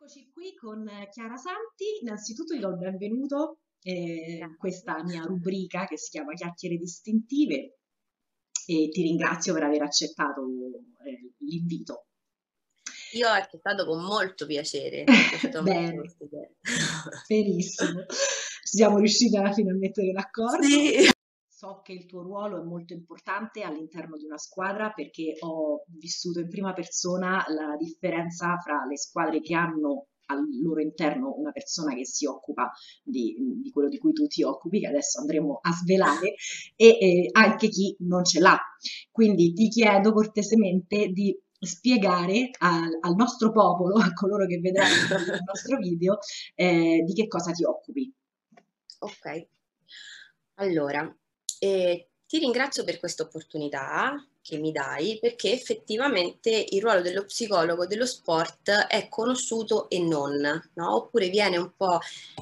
Eccoci qui con Chiara Santi. Innanzitutto ti do il benvenuto in Grazie. questa mia rubrica che si chiama Chiacchiere distintive e ti ringrazio per aver accettato l'invito. Io ho accettato con molto piacere, mi è piaciuta molto Bene, questa idea. benissimo. Siamo riusciti alla fine a mettere d'accordo. Sì. So che il tuo ruolo è molto importante all'interno di una squadra perché ho vissuto in prima persona la differenza fra le squadre che hanno al loro interno una persona che si occupa di quello di cui tu ti occupi, che adesso andremo a svelare, e anche chi non ce l'ha. Quindi ti chiedo cortesemente di spiegare al nostro popolo, a coloro che vedranno il nostro video, di che cosa ti occupi. Ok, allora, ti ringrazio per questa opportunità che mi dai, perché effettivamente il ruolo dello psicologo dello sport è conosciuto e non, no? Oppure viene un po'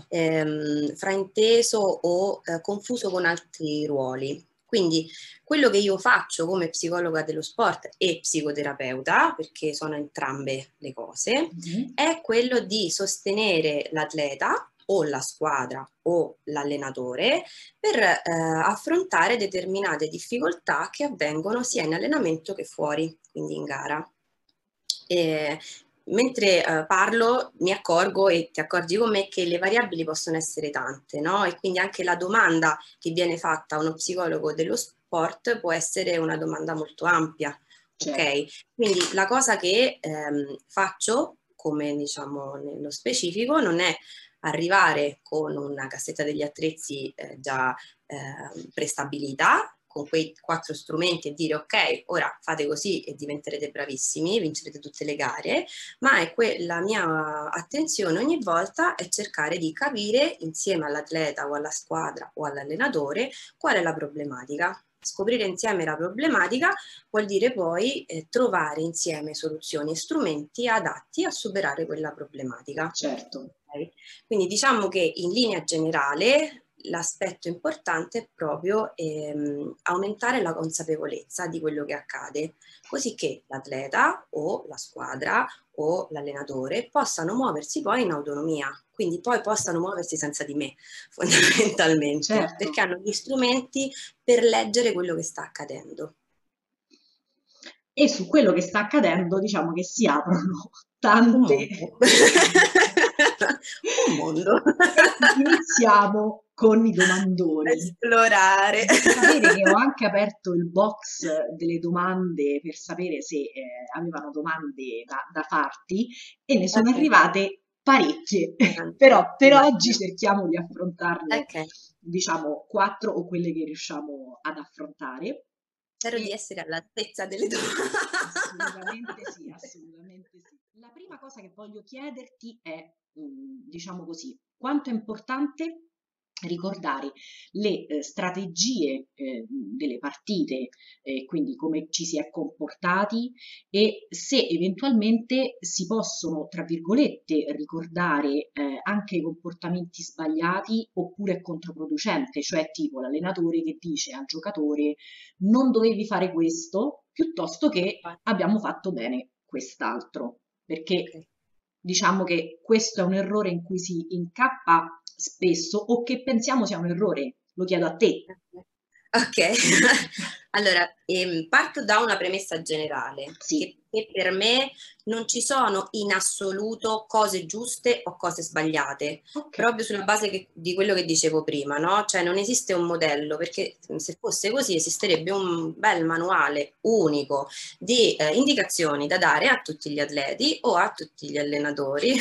frainteso o confuso con altri ruoli. Quindi quello che io faccio come psicologa dello sport e psicoterapeuta, perché sono entrambe le cose, Mhm. è quello di sostenere l'atleta o la squadra o l'allenatore per affrontare determinate difficoltà che avvengono sia in allenamento che fuori, quindi in gara. E, mentre parlo mi accorgo e ti accorgi con me che le variabili possono essere tante, no? E quindi anche la domanda che viene fatta a uno psicologo dello sport può essere una domanda molto ampia, Certo. ok? Quindi la cosa che faccio, come diciamo nello specifico, non è arrivare con una cassetta degli attrezzi già prestabilita, con quei 4 strumenti e dire ok, ora fate così e diventerete bravissimi, vincerete tutte le gare, ma è la mia attenzione ogni volta è cercare di capire insieme all'atleta o alla squadra o all'allenatore qual è la problematica. Scoprire insieme la problematica vuol dire poi trovare insieme soluzioni e strumenti adatti a superare quella problematica. Certo, Okay? Quindi diciamo che in linea generale l'aspetto importante è proprio aumentare la consapevolezza di quello che accade, così che l'atleta o la squadra o l'allenatore possano muoversi poi in autonomia, quindi poi possano muoversi senza di me, fondamentalmente, perché certo. hanno gli strumenti per leggere quello che sta accadendo. E su quello che sta accadendo, diciamo che si aprono Un tante mondo. domande. Un mondo. E iniziamo con i domandoni. Esplorare. Devi sapere che ho anche aperto il box delle domande per sapere se avevano domande da farti e ne sono Ok, arrivate parecchie. tante, Però per oggi immagino. cerchiamo di affrontarne, Ok, diciamo, quattro o quelle che riusciamo ad affrontare. spero di E essere all'altezza delle domande. assolutamente sì, assolutamente sì. La prima cosa che voglio chiederti è, diciamo così, quanto è importante ricordare le strategie delle partite, quindi come ci si è comportati e se eventualmente si possono, tra virgolette, ricordare anche i comportamenti sbagliati oppure è controproducente, cioè tipo l'allenatore che dice al giocatore non dovevi fare questo, piuttosto che abbiamo fatto bene quest'altro, perché Ok. diciamo che questo è un errore in cui si incappa spesso o che pensiamo sia un errore. Lo chiedo a te. Ok, allora parto da una premessa generale, Sì, che per me non ci sono in assoluto cose giuste o cose sbagliate, ok, proprio sulla base di quello che dicevo prima, no? Cioè non esiste un modello, perché se fosse così esisterebbe un bel manuale unico di indicazioni da dare a tutti gli atleti o a tutti gli allenatori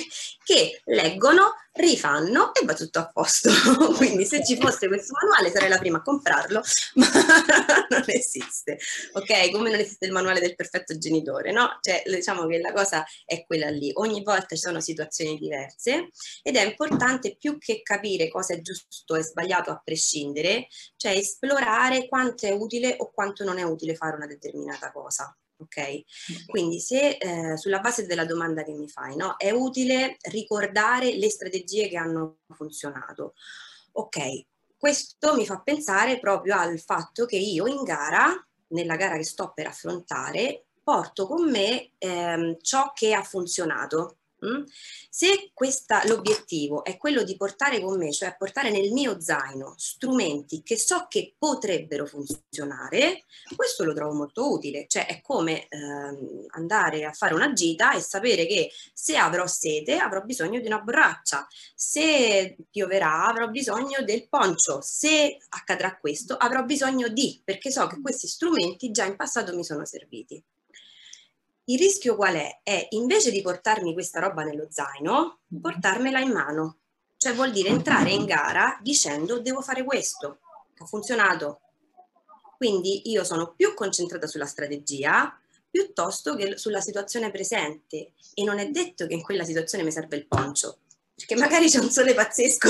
che leggono, rifanno e va tutto a posto. Quindi ok, se ci fosse questo manuale sarei la prima a comprarlo, ma non esiste. Ok? Come non esiste il manuale del perfetto genitore, no? Cioè, diciamo che la cosa è quella lì. Ogni volta ci sono situazioni diverse ed è importante più che capire cosa è giusto e sbagliato a prescindere, cioè esplorare quanto è utile o quanto non è utile fare una determinata cosa. Ok? ok, Quindi se sulla base della domanda che mi fai, no, è utile ricordare le strategie che hanno funzionato. Ok, questo mi fa pensare proprio al fatto che io in gara, nella gara che sto per affrontare, porto con me ciò che ha funzionato. Se l'obiettivo è quello di portare con me, cioè portare nel mio zaino strumenti che so che potrebbero funzionare, questo lo trovo molto utile. Cioè è come andare a fare una gita e sapere che se avrò sete avrò bisogno di una borraccia, se pioverà avrò bisogno del poncho, se accadrà questo avrò bisogno di, perché so che questi strumenti già in passato mi sono serviti. Il rischio qual è? È invece di portarmi questa roba nello zaino, portarmela in mano. Cioè vuol dire entrare in gara dicendo devo fare questo, ha funzionato. Quindi io sono più concentrata sulla strategia piuttosto che sulla situazione presente, e non è detto che in quella situazione mi serve il poncho, perché magari c'è un sole pazzesco,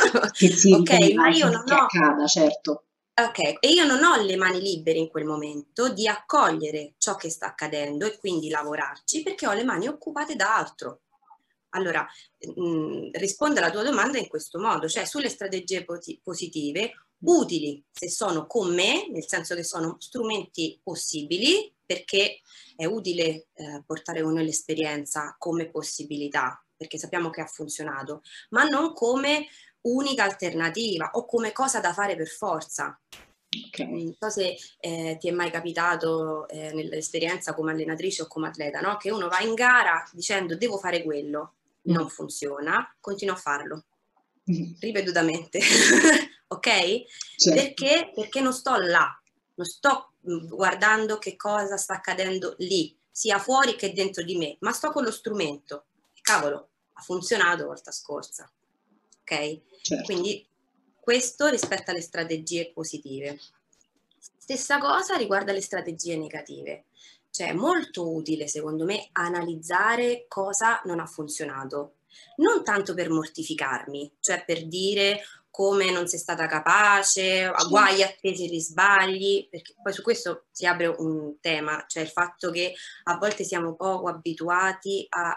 ok? Ma io non che ho... accada, certo. Ok, e io non ho le mani libere in quel momento di accogliere ciò che sta accadendo e quindi lavorarci, perché ho le mani occupate da altro. Allora, rispondo alla tua domanda in questo modo, cioè sulle strategie positive, utili se sono con me, nel senso che sono strumenti possibili, perché è utile portare con noi l'esperienza come possibilità, perché sappiamo che ha funzionato, ma non come unica alternativa o come cosa da fare per forza. Okay. Non so se ti è mai capitato nell'esperienza come allenatrice o come atleta, no? Che uno va in gara dicendo devo fare quello, non funziona, continua a farlo ripetutamente, ok? Certo. Perché non sto là, non sto guardando che cosa sta accadendo lì, sia fuori che dentro di me, ma sto con lo strumento. Cavolo, ha funzionato volta scorsa, ok? Certo. Quindi questo rispetto alle strategie positive. Stessa cosa riguarda le strategie negative. Cioè è molto utile, secondo me, analizzare cosa non ha funzionato. Non tanto per mortificarmi, cioè per dire come non sei stata capace, guai a te se li sbagli, perché poi su questo si apre un tema, cioè il fatto che a volte siamo poco abituati a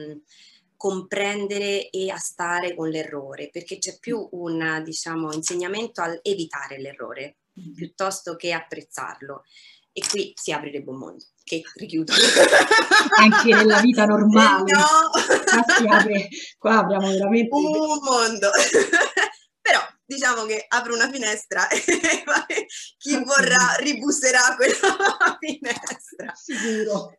comprendere e a stare con l'errore, perché c'è più un, diciamo, insegnamento al evitare l'errore piuttosto che apprezzarlo. E qui si aprirebbe un mondo, che richiudo. Anche nella vita normale. No! Qua apriamo veramente un mondo. Però diciamo che apro una finestra e chi vorrà ribusserà quella finestra. Sicuro.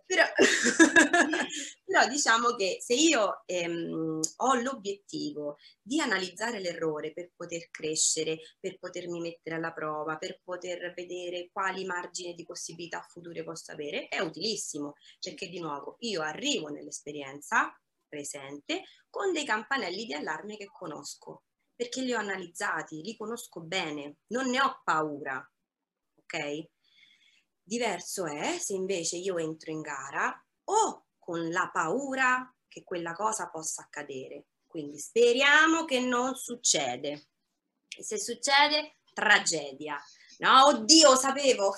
Però diciamo che se io ho l'obiettivo di analizzare l'errore per poter crescere, per potermi mettere alla prova, per poter vedere quali margini di possibilità future posso avere, è utilissimo, perché di nuovo io arrivo nell'esperienza presente con dei campanelli di allarme che conosco, perché li ho analizzati, li conosco bene, non ne ho paura, ok? Diverso è se invece io entro in gara o con la paura che quella cosa possa accadere, quindi speriamo che non succede, e se succede, tragedia. No, oddio, sapevo,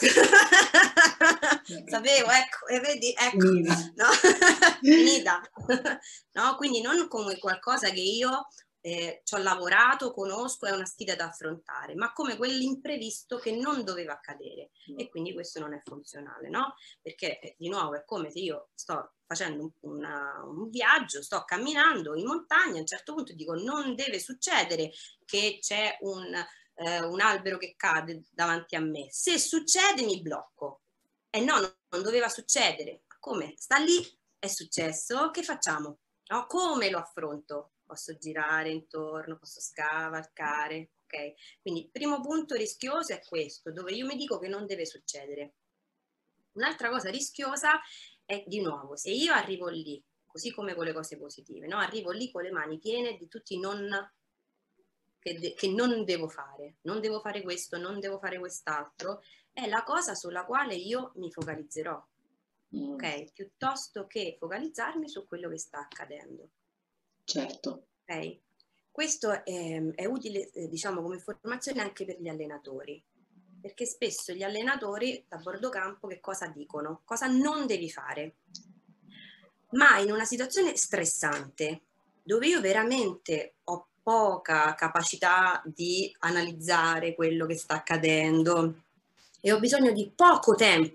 sapevo, ecco, e vedi, ecco, no? Finita, no? Quindi non come qualcosa che io ci ho lavorato, conosco, è una sfida da affrontare, ma come quell'imprevisto che non doveva accadere, e quindi questo non è funzionale, no? Perché di nuovo è come se io sto facendo un viaggio, sto camminando in montagna, a un certo punto dico non deve succedere che c'è un albero che cade davanti a me, se succede mi blocco, e no, non doveva succedere, come? Sta lì, è successo, che facciamo? No? Come lo affronto? Posso girare intorno, posso scavalcare, ok? Quindi il primo punto rischioso è questo, dove io mi dico che non deve succedere. Un'altra cosa rischiosa è, di nuovo, se io arrivo lì, così come con le cose positive, no? Arrivo lì con le mani piene di tutti i non che non devo fare questo, non devo fare quest'altro, è la cosa sulla quale io mi focalizzerò, ok? Piuttosto che focalizzarmi su quello che sta accadendo. Certo. Ok? Questo è utile, diciamo, come informazione anche per gli allenatori, perché spesso gli allenatori da bordo campo che cosa dicono? Cosa non devi fare? Ma in una situazione stressante, dove io veramente ho poca capacità di analizzare quello che sta accadendo e ho bisogno di poco tempo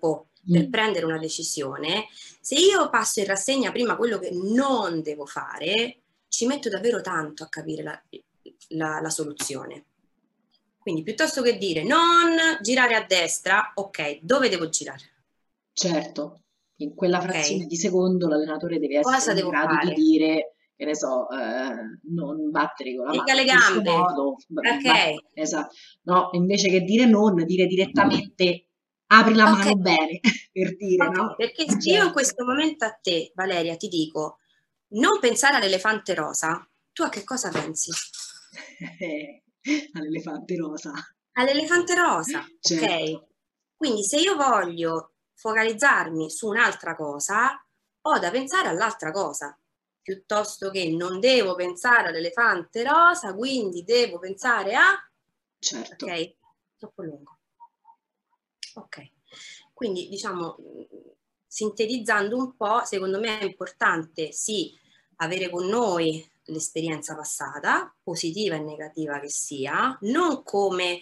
per prendere una decisione, se io passo in rassegna prima quello che non devo fare, ci metto davvero tanto a capire la soluzione. Quindi piuttosto che dire non girare a destra, ok, dove devo girare? Certo, in quella Ok, frazione di secondo l'allenatore deve essere cosa in devo grado di fare? dire, che ne so, non battere con la Piega mano le in questo gambe, modo, ok, esatto, no, invece che dire non, dire direttamente apri la ok, mano bene, per dire, ok, no? perché se io in Certo. questo momento a te, Valeria, ti dico non pensare all'elefante rosa, tu a che cosa pensi? All'elefante rosa. All'elefante rosa, Certo, ok? Quindi se io voglio focalizzarmi su un'altra cosa, ho da pensare all'altra cosa, piuttosto che non devo pensare all'elefante rosa, quindi devo pensare a... certo. Ok? Troppo lungo. Ok. Quindi diciamo, sintetizzando un po', secondo me è importante sì avere con noi l'esperienza passata, positiva e negativa che sia, non come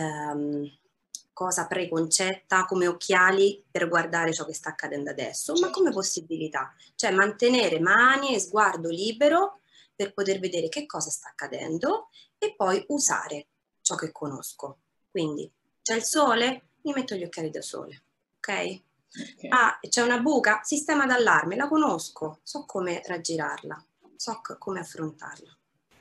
cosa preconcetta, come occhiali per guardare ciò che sta accadendo adesso, ma come Certo. possibilità, cioè mantenere mani e sguardo libero per poter vedere che cosa sta accadendo e poi usare ciò che conosco. Quindi c'è il sole, mi metto gli occhiali da sole, ok? Ok. Ah, c'è una buca, sistema d'allarme, la conosco, so come raggirarla, so come affrontarla.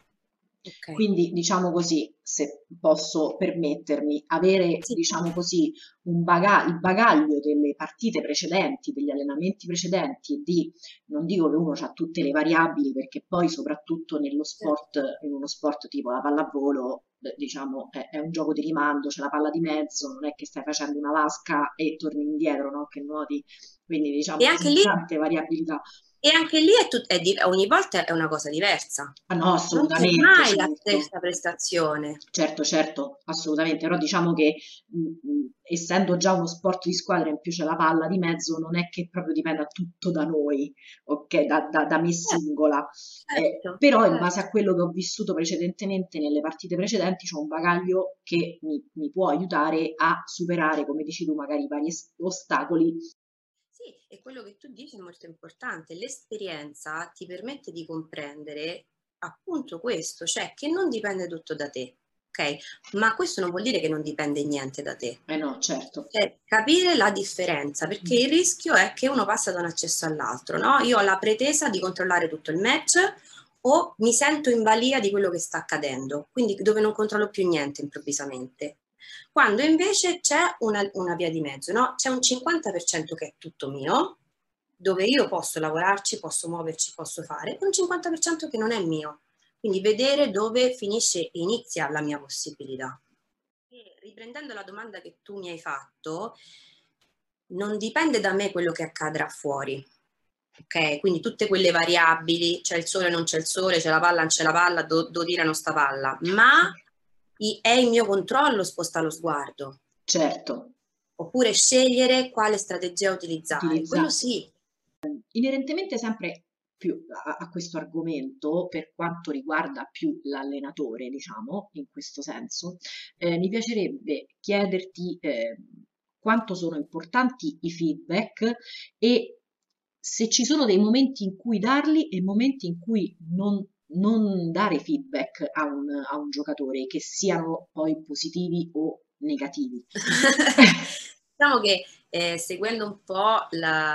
Ok. Quindi, diciamo così, se posso permettermi, avere, Sì, diciamo così, il bagaglio delle partite precedenti, degli allenamenti precedenti, e di, non dico che uno ha tutte le variabili, perché poi soprattutto nello certo. sport, in uno sport tipo la pallavolo, diciamo, è un gioco di rimando, c'è la palla di mezzo, non è che stai facendo una vasca e torni indietro, no? Che nuoti, quindi E diciamo ci anche sono lì, tante variabilità. e anche lì ogni volta è una cosa diversa. Ah no, Non c'è assolutamente, mai la certo. stessa prestazione. Certo, certo, assolutamente, però diciamo che essendo già uno sport di squadra, in più c'è la palla di mezzo, non è che proprio dipenda tutto da noi, ok, da me singola. Certo, Però in base certo. a quello che ho vissuto precedentemente nelle partite precedenti, c'è un bagaglio che mi può aiutare a superare, come dici tu, magari i vari ostacoli. Sì, e quello che tu dici è molto importante. L'esperienza ti permette di comprendere appunto questo, cioè che non dipende tutto da te, ok? Ma questo non vuol dire che non dipende niente da te. Eh no, certo. Cioè, capire la differenza, perché il rischio è che uno passa da un accesso all'altro, no? Io ho la pretesa di controllare tutto il match o mi sento in balia di quello che sta accadendo, quindi dove non controllo più niente improvvisamente. Quando invece c'è una via di mezzo, no? C'è un 50% che è tutto mio, dove io posso lavorarci, posso muoverci, posso fare, e un 50% che non è mio. Quindi vedere dove finisce e inizia la mia possibilità. E riprendendo la domanda che tu mi hai fatto, non dipende da me quello che accadrà fuori, ok? Quindi tutte quelle variabili, c'è il sole, non c'è il sole, c'è la palla, non c'è la palla, do dire non sta palla, ma è il mio controllo spostare lo sguardo, Certo, oppure scegliere quale strategia utilizzare, quello utilizza. sì. Inerentemente sempre più a questo argomento, per quanto riguarda più l'allenatore, diciamo, in questo senso, mi piacerebbe chiederti quanto sono importanti i feedback e se ci sono dei momenti in cui darli e momenti in cui non dare feedback a un giocatore, che siano poi positivi o negativi. Diciamo che seguendo un po'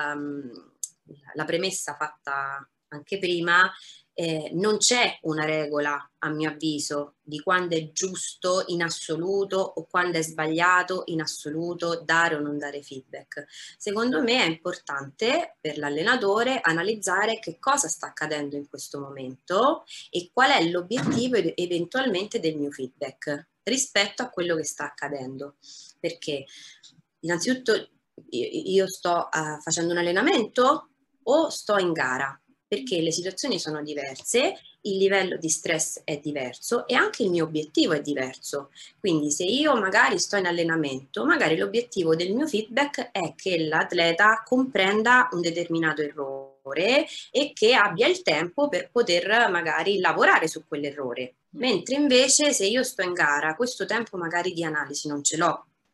la premessa fatta anche prima, non c'è una regola, a mio avviso, di quando è giusto in assoluto o quando è sbagliato in assoluto dare o non dare feedback. Secondo me è importante per l'allenatore analizzare che cosa sta accadendo in questo momento e qual è l'obiettivo eventualmente del mio feedback rispetto a quello che sta accadendo. Perché innanzitutto io sto facendo un allenamento o sto in gara, perché le situazioni sono diverse, il livello di stress è diverso e anche il mio obiettivo è diverso. Quindi se io magari sto in allenamento, magari l'obiettivo del mio feedback è che l'atleta comprenda un determinato errore e che abbia il tempo per poter magari lavorare su quell'errore. Mentre invece se io sto in gara, questo tempo magari di analisi non ce l'ho.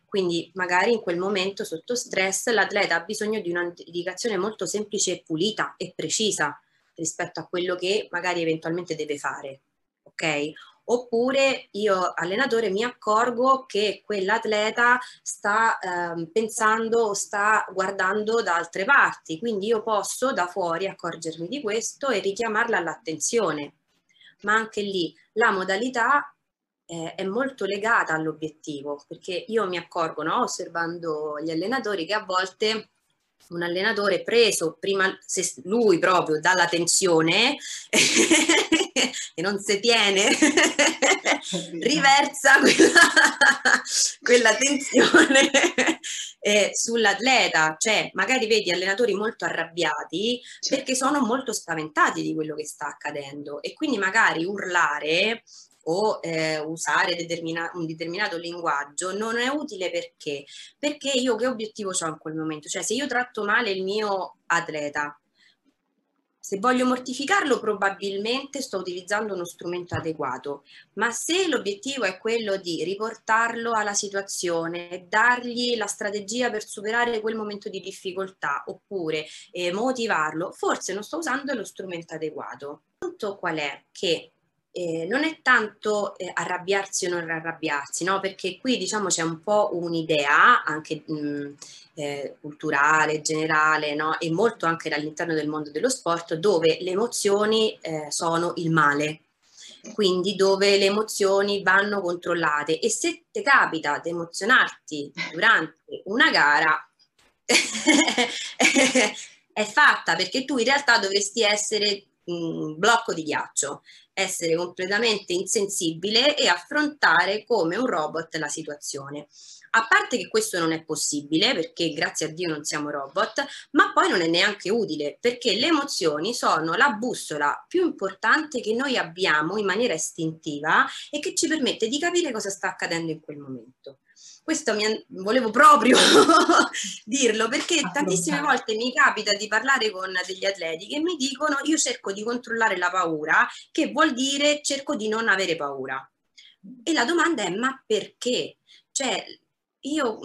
Quindi magari in quel momento sotto stress l'atleta ha bisogno di un'indicazione molto semplice e pulita e precisa rispetto a quello che magari eventualmente deve fare, ok? Oppure io allenatore mi accorgo che quell'atleta sta pensando o sta guardando da altre parti, quindi io posso da fuori accorgermi di questo e richiamarla all'attenzione. Ma anche lì la modalità è molto legata all'obiettivo, perché io mi accorgo, no, osservando gli allenatori, che a volte un allenatore preso prima se lui proprio dalla tensione e non si tiene riversa quella tensione sull'atleta, cioè magari vedi allenatori molto arrabbiati perché sono molto spaventati di quello che sta accadendo e quindi magari urlare o usare un determinato linguaggio non è utile perché io che obiettivo ho in quel momento? Cioè se io tratto male il mio atleta, se voglio mortificarlo probabilmente sto utilizzando uno strumento adeguato, ma se l'obiettivo è quello di riportarlo alla situazione, dargli la strategia per superare quel momento di difficoltà oppure motivarlo, forse non sto usando lo strumento adeguato. Il punto qual è? Che non è tanto arrabbiarsi o non arrabbiarsi, no? Perché qui diciamo c'è un po' un'idea anche culturale, generale, no? E molto anche all'interno del mondo dello sport dove le emozioni sono il male, quindi dove le emozioni vanno controllate e se ti capita di emozionarti durante una gara è fatta perché tu in realtà dovresti essere un blocco di ghiaccio, essere completamente insensibile e affrontare come un robot la situazione. A parte che questo non è possibile, perché grazie a Dio non siamo robot, ma poi non è neanche utile, perché le emozioni sono la bussola più importante che noi abbiamo in maniera istintiva e che ci permette di capire cosa sta accadendo in quel momento. Questo volevo proprio dirlo perché tantissime volte mi capita di parlare con degli atleti che mi dicono io cerco di controllare la paura, che vuol dire cerco di non avere paura. E la domanda è ma perché? Cioè io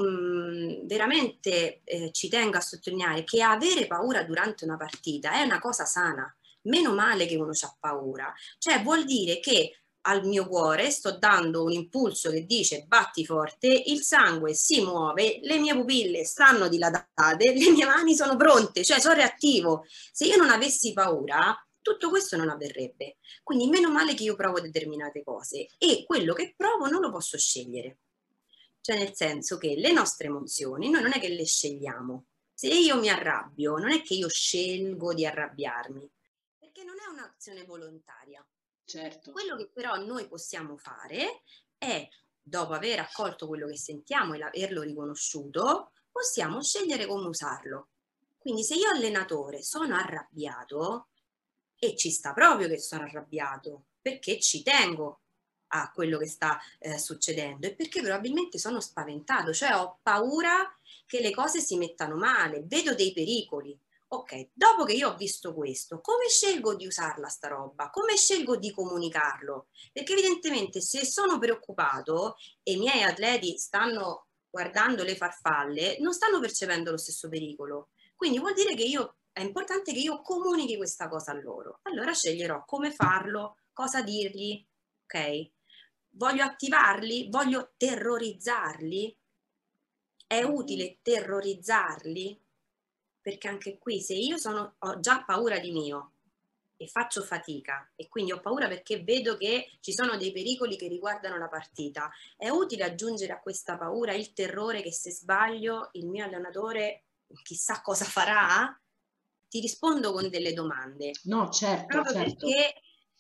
veramente ci tengo a sottolineare che avere paura durante una partita è una cosa sana. Meno male che uno ha paura. Cioè vuol dire che al mio cuore sto dando un impulso che dice batti forte, il sangue si muove, le mie pupille stanno dilatate, le mie mani sono pronte, cioè sono reattivo. Se io non avessi paura, tutto questo non avverrebbe. Quindi meno male che io provo determinate cose e quello che provo non lo posso scegliere. Cioè nel senso che le nostre emozioni noi non è che le scegliamo. Se io mi arrabbio, non è che io scelgo di arrabbiarmi, perché non è un'azione volontaria. Certo. Quello che però noi possiamo fare è, dopo aver accolto quello che sentiamo e averlo riconosciuto, possiamo scegliere come usarlo. Quindi se io allenatore sono arrabbiato, e ci sta proprio che sono arrabbiato, perché ci tengo a quello che sta succedendo e perché probabilmente sono spaventato, cioè ho paura che le cose si mettano male, vedo dei pericoli. Ok, dopo che io ho visto questo, come scelgo di usarla sta roba? Come scelgo di comunicarlo? Perché evidentemente se sono preoccupato e i miei atleti stanno guardando le farfalle, non stanno percependo lo stesso pericolo. Quindi vuol dire che è importante che io comunichi questa cosa a loro. Allora sceglierò come farlo, cosa dirgli, ok? Voglio attivarli? Voglio terrorizzarli? È utile terrorizzarli? Perché anche qui se io ho già paura di mio e faccio fatica e quindi ho paura perché vedo che ci sono dei pericoli che riguardano la partita, è utile aggiungere a questa paura il terrore che se sbaglio il mio allenatore chissà cosa farà? Ti rispondo con delle domande. No, certo, Proprio certo. perché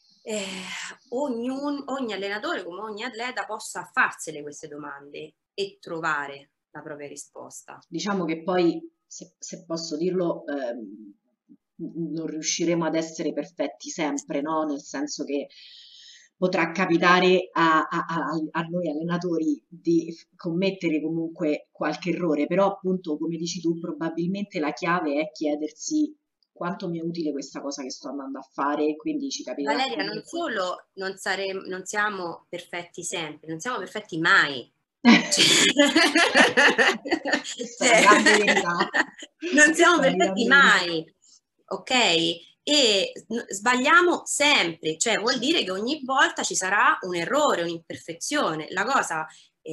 ogni allenatore, come ogni atleta, possa farsele queste domande e trovare la propria risposta. Diciamo che poi, se posso dirlo, non riusciremo ad essere perfetti sempre, no? Nel senso che potrà capitare a noi allenatori di commettere comunque qualche errore, però appunto, come dici tu, probabilmente la chiave è chiedersi quanto mi è utile questa cosa che sto andando a fare, quindi ci capiterà Valeria, non comunque. solo non siamo perfetti sempre, non siamo perfetti mai, Questa è la grande verità. Non siamo Questa è la perfetti grande verità. mai, ok? E sbagliamo sempre, cioè vuol Certo. dire che ogni volta ci sarà un errore, un'imperfezione. La cosa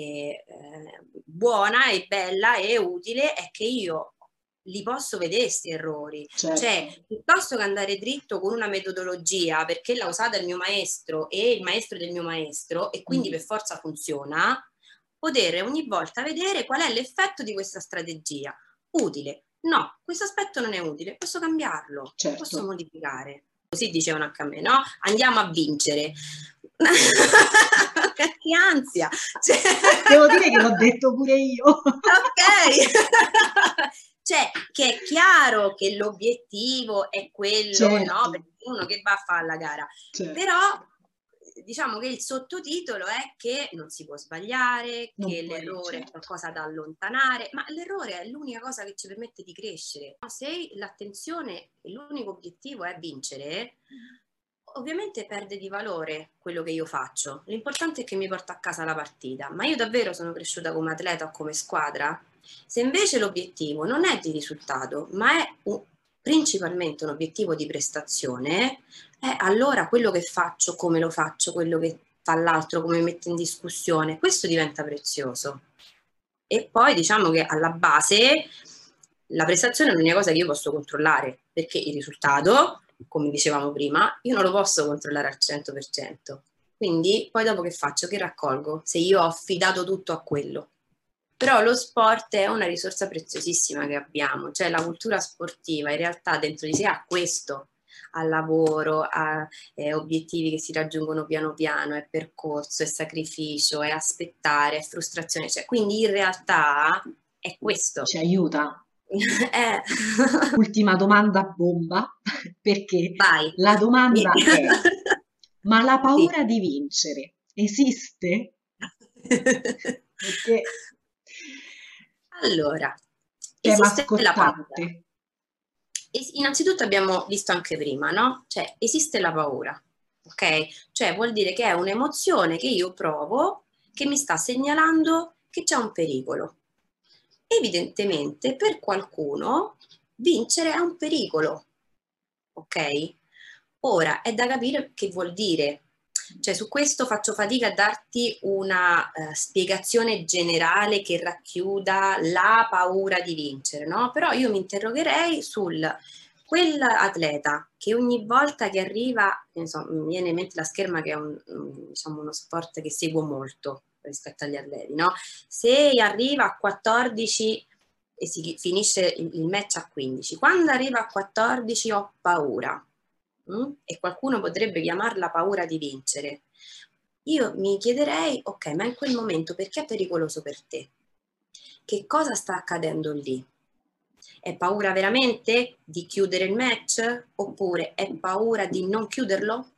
buona e bella e utile è che io li posso vedere questi errori, cioè Certo. piuttosto che andare dritto con una metodologia perché l'ha usata il mio maestro e il maestro del mio maestro e quindi per forza funziona, poter ogni volta vedere qual è l'effetto di questa strategia. Utile? No, questo aspetto non è utile, posso cambiarlo, posso Certo. modificare. Così dicevano anche a me, no? Andiamo a vincere. Che ansia! Cioè... Devo dire che l'ho detto pure io. Ok! Cioè, che è chiaro che l'obiettivo è quello, no? Certo. Perché uno che va a fare la gara. Certo. Però diciamo che il sottotitolo è che non si può sbagliare, che Non puoi, l'errore è certo. qualcosa da allontanare, ma l'errore è l'unica cosa che ci permette di crescere. Se l'attenzione e l'unico obiettivo è vincere, ovviamente perde di valore quello che io faccio. L'importante è che mi porto a casa la partita, ma io davvero sono cresciuta come atleta o come squadra? Se invece l'obiettivo non è di risultato, ma è principalmente un obiettivo di prestazione, allora quello che faccio, come lo faccio, quello che fa l'altro, come mette in discussione, questo diventa prezioso. E poi diciamo che alla base la prestazione è l'unica cosa che io posso controllare, perché il risultato, come dicevamo prima, io non lo posso controllare al 100%. Quindi poi dopo che faccio? Che raccolgo? Se io ho affidato tutto a quello. Però lo sport è una risorsa preziosissima che abbiamo, cioè la cultura sportiva in realtà dentro di sé ha questo, al lavoro, a obiettivi che si raggiungono piano piano, è percorso, è sacrificio, è aspettare, è frustrazione, cioè, quindi in realtà è questo. Ci aiuta. Eh. Ultima domanda bomba, perché Vai. la domanda è: ma la Sì. paura di vincere esiste? Perché Allora, tema esiste la paura. scottante. Innanzitutto abbiamo visto anche prima, no? Cioè esiste la paura, ok? Cioè vuol dire che è un'emozione che io provo che mi sta segnalando che c'è un pericolo. Evidentemente per qualcuno vincere è un pericolo, ok? Ora è da capire che vuol dire. Cioè su questo faccio fatica a darti una spiegazione generale che racchiuda la paura di vincere, no? Però io mi interrogherei sul quell'atleta che ogni volta che arriva, mi viene in mente la scherma che è diciamo uno sport che seguo molto rispetto agli atleti, no? Se arriva a 14 e si finisce il match a 15, quando arriva a 14 ho paura. E qualcuno potrebbe chiamarla paura di vincere. Io mi chiederei, ok, ma in quel momento perché è pericoloso per te? Che cosa sta accadendo lì? È paura veramente di chiudere il match? Oppure è paura di non chiuderlo?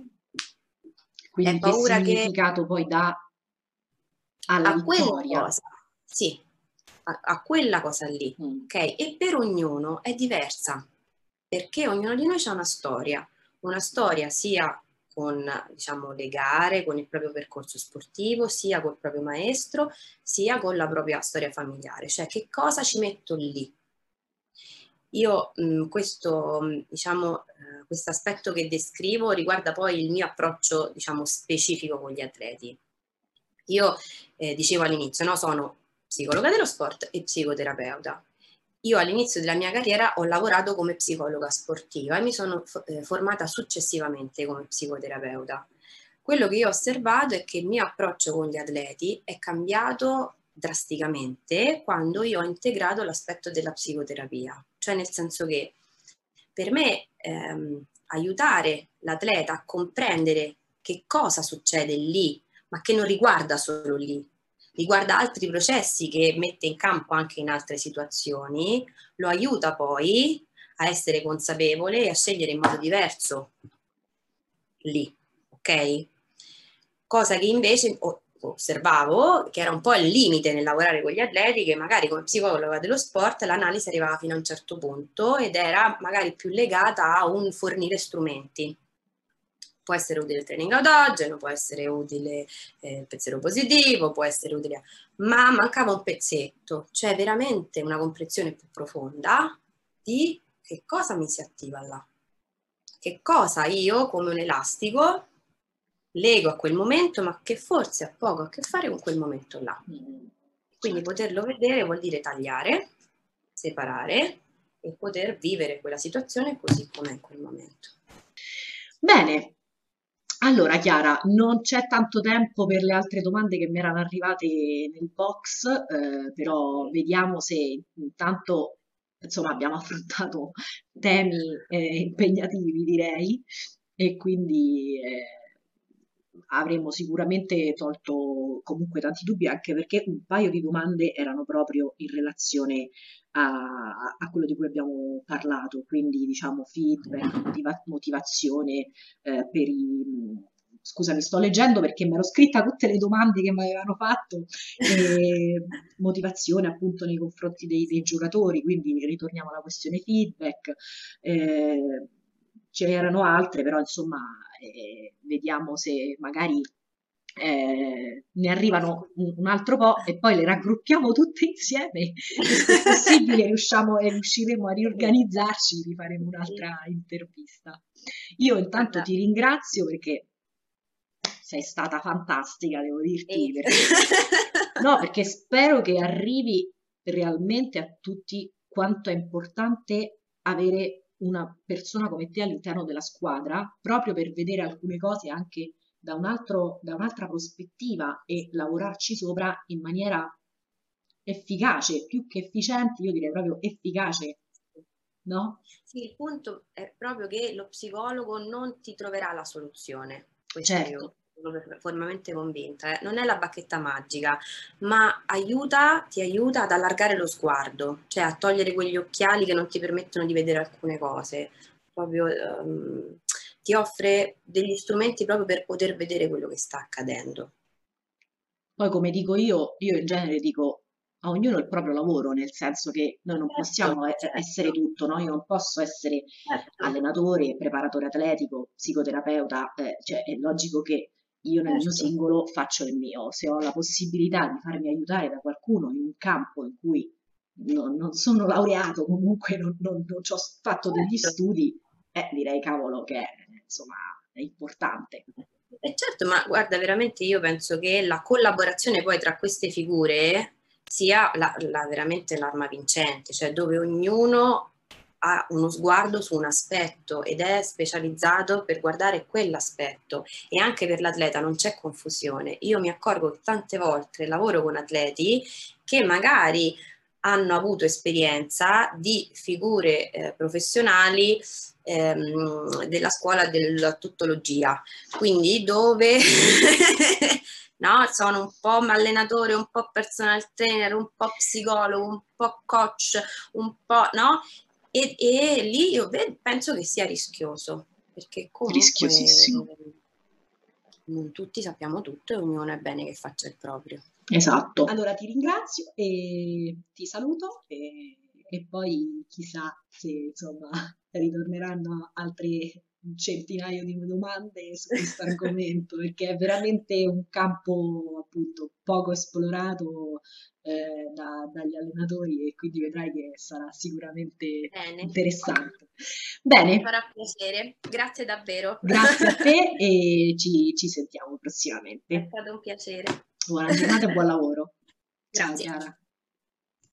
È Quindi che paura che significato poi dà alla a quella vittoria? cosa, sì, a quella cosa lì, ok? E per ognuno è diversa, perché ognuno di noi ha una storia sia con, diciamo, le gare, con il proprio percorso sportivo, sia col proprio maestro, sia con la propria storia familiare, cioè che cosa ci metto lì. Io questo, diciamo, questo aspetto che descrivo riguarda poi il mio approccio, diciamo, specifico con gli atleti. Io dicevo all'inizio, no, sono psicologa dello sport e psicoterapeuta. Io all'inizio della mia carriera ho lavorato come psicologa sportiva e mi sono formata successivamente come psicoterapeuta. Quello che io ho osservato è che il mio approccio con gli atleti è cambiato drasticamente quando io ho integrato l'aspetto della psicoterapia, cioè nel senso che per me aiutare l'atleta a comprendere che cosa succede lì, ma che non riguarda solo lì, riguarda altri processi che mette in campo anche in altre situazioni, lo aiuta poi a essere consapevole e a scegliere in modo diverso lì, ok? Cosa che invece osservavo che era un po' il limite nel lavorare con gli atleti, che magari come psicologa dello sport l'analisi arrivava fino a un certo punto ed era magari più legata a un fornire strumenti. Può essere utile il training autogeno, può essere utile il pensiero positivo, può essere utile, ma mancava un pezzetto, cioè veramente una comprensione più profonda di che cosa mi si attiva là, che cosa io come un elastico lego a quel momento, ma che forse ha poco a che fare con quel momento là. Quindi poterlo vedere vuol dire tagliare, separare e poter vivere quella situazione così com'è in quel momento. Bene, allora Chiara, non c'è tanto tempo per le altre domande che mi erano arrivate nel box, però vediamo se intanto insomma abbiamo affrontato temi impegnativi, direi, e quindi avremmo sicuramente tolto comunque tanti dubbi, anche perché un paio di domande erano proprio in relazione a quello di cui abbiamo parlato, quindi diciamo feedback, motivazione per i... Scusami, sto leggendo perché mi ero scritta tutte le domande che mi avevano fatto, motivazione appunto nei confronti dei giocatori, quindi ritorniamo alla questione feedback. Ce n'erano altre, però insomma vediamo se magari ne arrivano un altro po' e poi le raggruppiamo tutte insieme e se possibile riusciremo a riorganizzarci, rifaremo un'altra intervista. Io intanto ti ringrazio perché sei stata fantastica, devo dirti, no, perché spero che arrivi realmente a tutti quanto è importante avere una persona come te all'interno della squadra, proprio per vedere alcune cose anche da un'altra prospettiva e lavorarci sopra in maniera efficace, più che efficiente, io direi proprio efficace, no? Sì, il punto è proprio che lo psicologo non ti troverà la soluzione. Questo Certo. io sono fermamente convinta. Non è la bacchetta magica, ma ti aiuta ad allargare lo sguardo, cioè a togliere quegli occhiali che non ti permettono di vedere alcune cose. Proprio ti offre degli strumenti proprio per poter vedere quello che sta accadendo. Poi, come dico io in genere dico a ognuno il proprio lavoro, nel senso che noi non possiamo essere tutto, no? Io non posso essere allenatore, preparatore atletico, psicoterapeuta, cioè è logico che io nel mio singolo faccio il mio. Se ho la possibilità di farmi aiutare da qualcuno in un campo in cui non sono laureato, comunque non ci ho fatto degli studi, direi cavolo che insomma è importante. Certo, ma guarda, veramente io penso che la collaborazione poi tra queste figure sia veramente l'arma vincente, cioè dove ognuno ha uno sguardo su un aspetto ed è specializzato per guardare quell'aspetto, e anche per l'atleta non c'è confusione. Io mi accorgo che tante volte lavoro con atleti che magari hanno avuto esperienza di figure professionali della scuola della tuttologia, quindi dove no, sono un po' allenatore, un po' personal trainer, un po' psicologo, un po' coach, un po', no? E lì io penso che sia rischioso, perché comunque non tutti sappiamo tutto e ognuno è bene che faccia il proprio. Esatto. Allora ti ringrazio e ti saluto e poi chissà se insomma ritorneranno altre centinaio di domande su questo argomento, perché è veramente un campo appunto poco esplorato dagli allenatori, e quindi vedrai che sarà sicuramente interessante. Bene. Mi farà piacere, grazie davvero. Grazie a te e ci sentiamo prossimamente. È stato un piacere. Buona giornata e buon lavoro. Grazie. Ciao Chiara.